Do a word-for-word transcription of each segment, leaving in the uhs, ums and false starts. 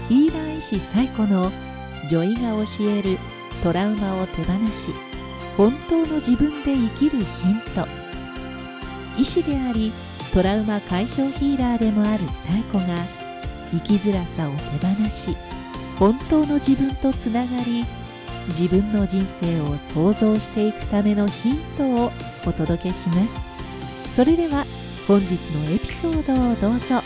ヒーラー医師サイコの女医が教えるトラウマを手放し本当の自分で生きるヒント。医師でありトラウマ解消ヒーラーでもあるサイコが生きづらさを手放し本当の自分とつながり自分の人生を創造していくためのヒントをお届けします。それでは本日のエピソードをどうぞ。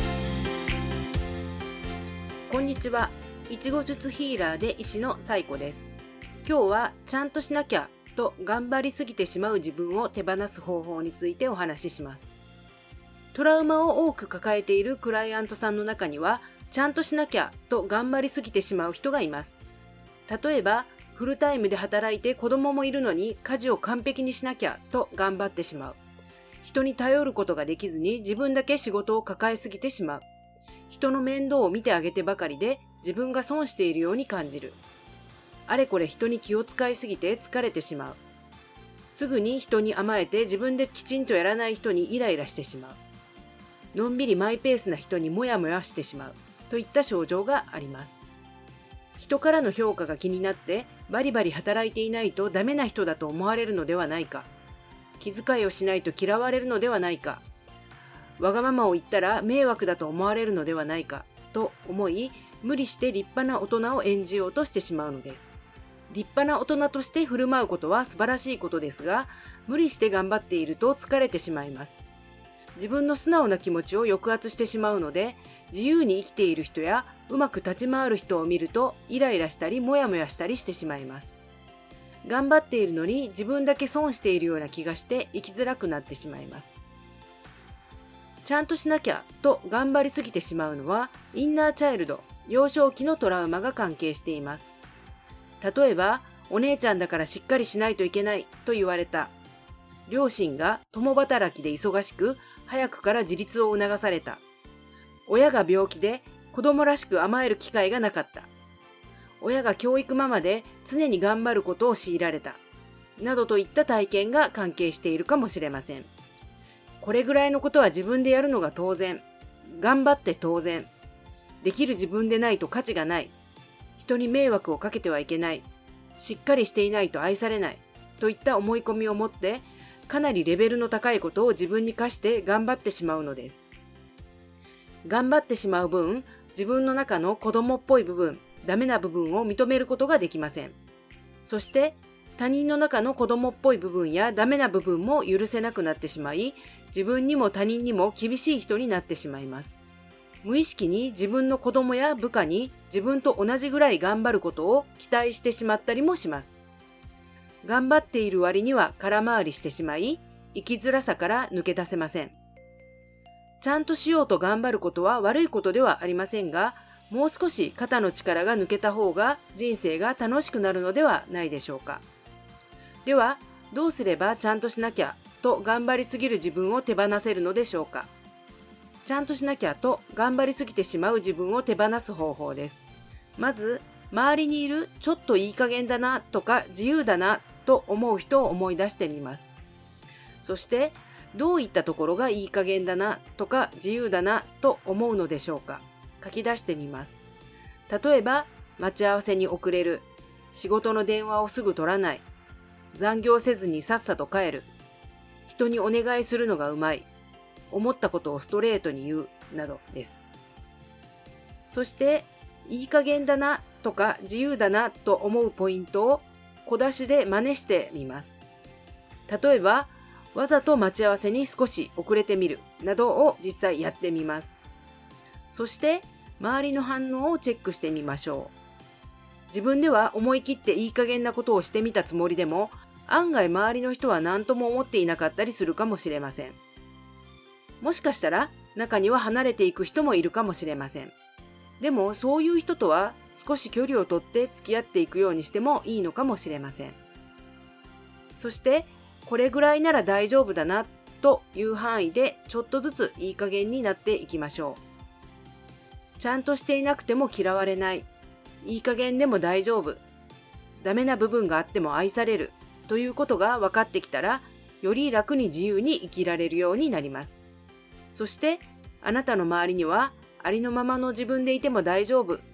こんにちは。いちご術ヒーラーで医師のサイコです。今日はちゃんとしなきゃと頑張りすぎてしまう自分を手放す方法についてお話しします。トラウマを多く抱えているクライアントさんの中にはちゃんとしなきゃと頑張りすぎてしまう人がいます。例えばフルタイムで働いて子供もいるのに家事を完璧にしなきゃと頑張ってしまう。人に頼ることができずに自分だけ仕事を抱えすぎてしまう。人の面倒を見てあげてばかりで自分が損しているように感じる。あれこれ人に気を使いすぎて疲れてしまう。すぐに人に甘えて自分できちんとやらない人にイライラしてしまう。のんびりマイペースな人にモヤモヤしてしまうといった症状があります。人からの評価が気になってバリバリ働いていないとダメな人だと思われるのではないか。気遣いをしないと嫌われるのではないか。わがままを言ったら迷惑だと思われるのではないかと思い、無理して立派な大人を演じようとしてしまうのです。立派な大人として振る舞うことは素晴らしいことですが、無理して頑張っていると疲れてしまいます。自分の素直な気持ちを抑圧してしまうので、自由に生きている人やうまく立ち回る人を見るとイライラしたりモヤモヤしたりしてしまいます。頑張っているのに自分だけ損しているような気がして生きづらくなってしまいます。ちゃんとしなきゃと頑張りすぎてしまうのはインナーチャイルド、幼少期のトラウマが関係しています。例えば、お姉ちゃんだからしっかりしないといけないと言われた。両親が共働きで忙しく、早くから自立を促された。親が病気で子供らしく甘える機会がなかった。親が教育ママで常に頑張ることを強いられた。などといった体験が関係しているかもしれません。これぐらいのことは自分でやるのが当然。頑張って当然。できる自分でないと価値がない。人に迷惑をかけてはいけない。しっかりしていないと愛されない。といった思い込みを持って、かなりレベルの高いことを自分に課して頑張ってしまうのです。頑張ってしまう分、自分の中の子供っぽい部分、ダメな部分を認めることができません。そして、他人の中の子供っぽい部分やダメな部分も許せなくなってしまい、自分にも他人にも厳しい人になってしまいます。無意識に自分の子供や部下に自分と同じぐらい頑張ることを期待してしまったりもします。頑張っている割には空回りしてしまい、生きづらさから抜け出せません。ちゃんとしようと頑張ることは悪いことではありませんが、もう少し肩の力が抜けた方が人生が楽しくなるのではないでしょうか。では、どうすればちゃんとしなきゃと頑張りすぎる自分を手放せるのでしょうか。ちゃんとしなきゃと頑張りすぎてしまう自分を手放す方法です。まず、周りにいるちょっといい加減だなとか自由だなと思う人を思い出してみます。そして、どういったところがいい加減だなとか自由だなと思うのでしょうか。書き出してみます。例えば、待ち合わせに遅れる、仕事の電話をすぐ取らない、残業せずにさっさと帰る、人にお願いするのがうまい、思ったことをストレートに言う、などです。そして、いい加減だなとか自由だなと思うポイントを小出しで真似してみます。例えば、わざと待ち合わせに少し遅れてみる、などを実際やってみます。そして、周りの反応をチェックしてみましょう。自分では思い切っていい加減なことをしてみたつもりでも、案外周りの人は何とも思っていなかったりするかもしれません。もしかしたら中には離れていく人もいるかもしれません。でもそういう人とは少し距離をとって付き合っていくようにしてもいいのかもしれません。そしてこれぐらいなら大丈夫だなという範囲でちょっとずついい加減になっていきましょう。ちゃんとしていなくても嫌われない。いい加減でも大丈夫。ダメな部分があっても愛されるということが分かってきたら、より楽に自由に生きられるようになります。そしてあなたの周りにはありのままの自分でいても大丈夫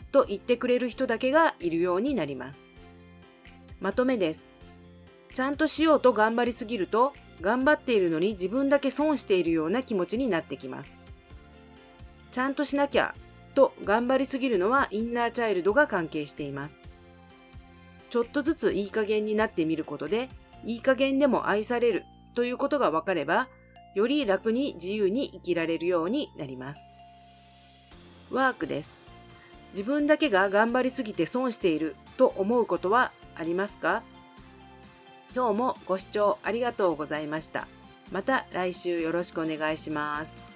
と言ってくれる人だけがいるようになります。まとめです。ちゃんとしようと頑張りすぎると、頑張っているのに自分だけ損しているような気持ちになってきます。ちゃんとしなきゃと頑張りすぎるのはインナーチャイルドが関係しています。ちょっとずついい加減になってみることで、いい加減でも愛されるということが分かれば、より楽に自由に生きられるようになります。ワークです。自分だけが頑張りすぎて損していると思うことはありますか？今日もご視聴ありがとうございました。また来週よろしくお願いします。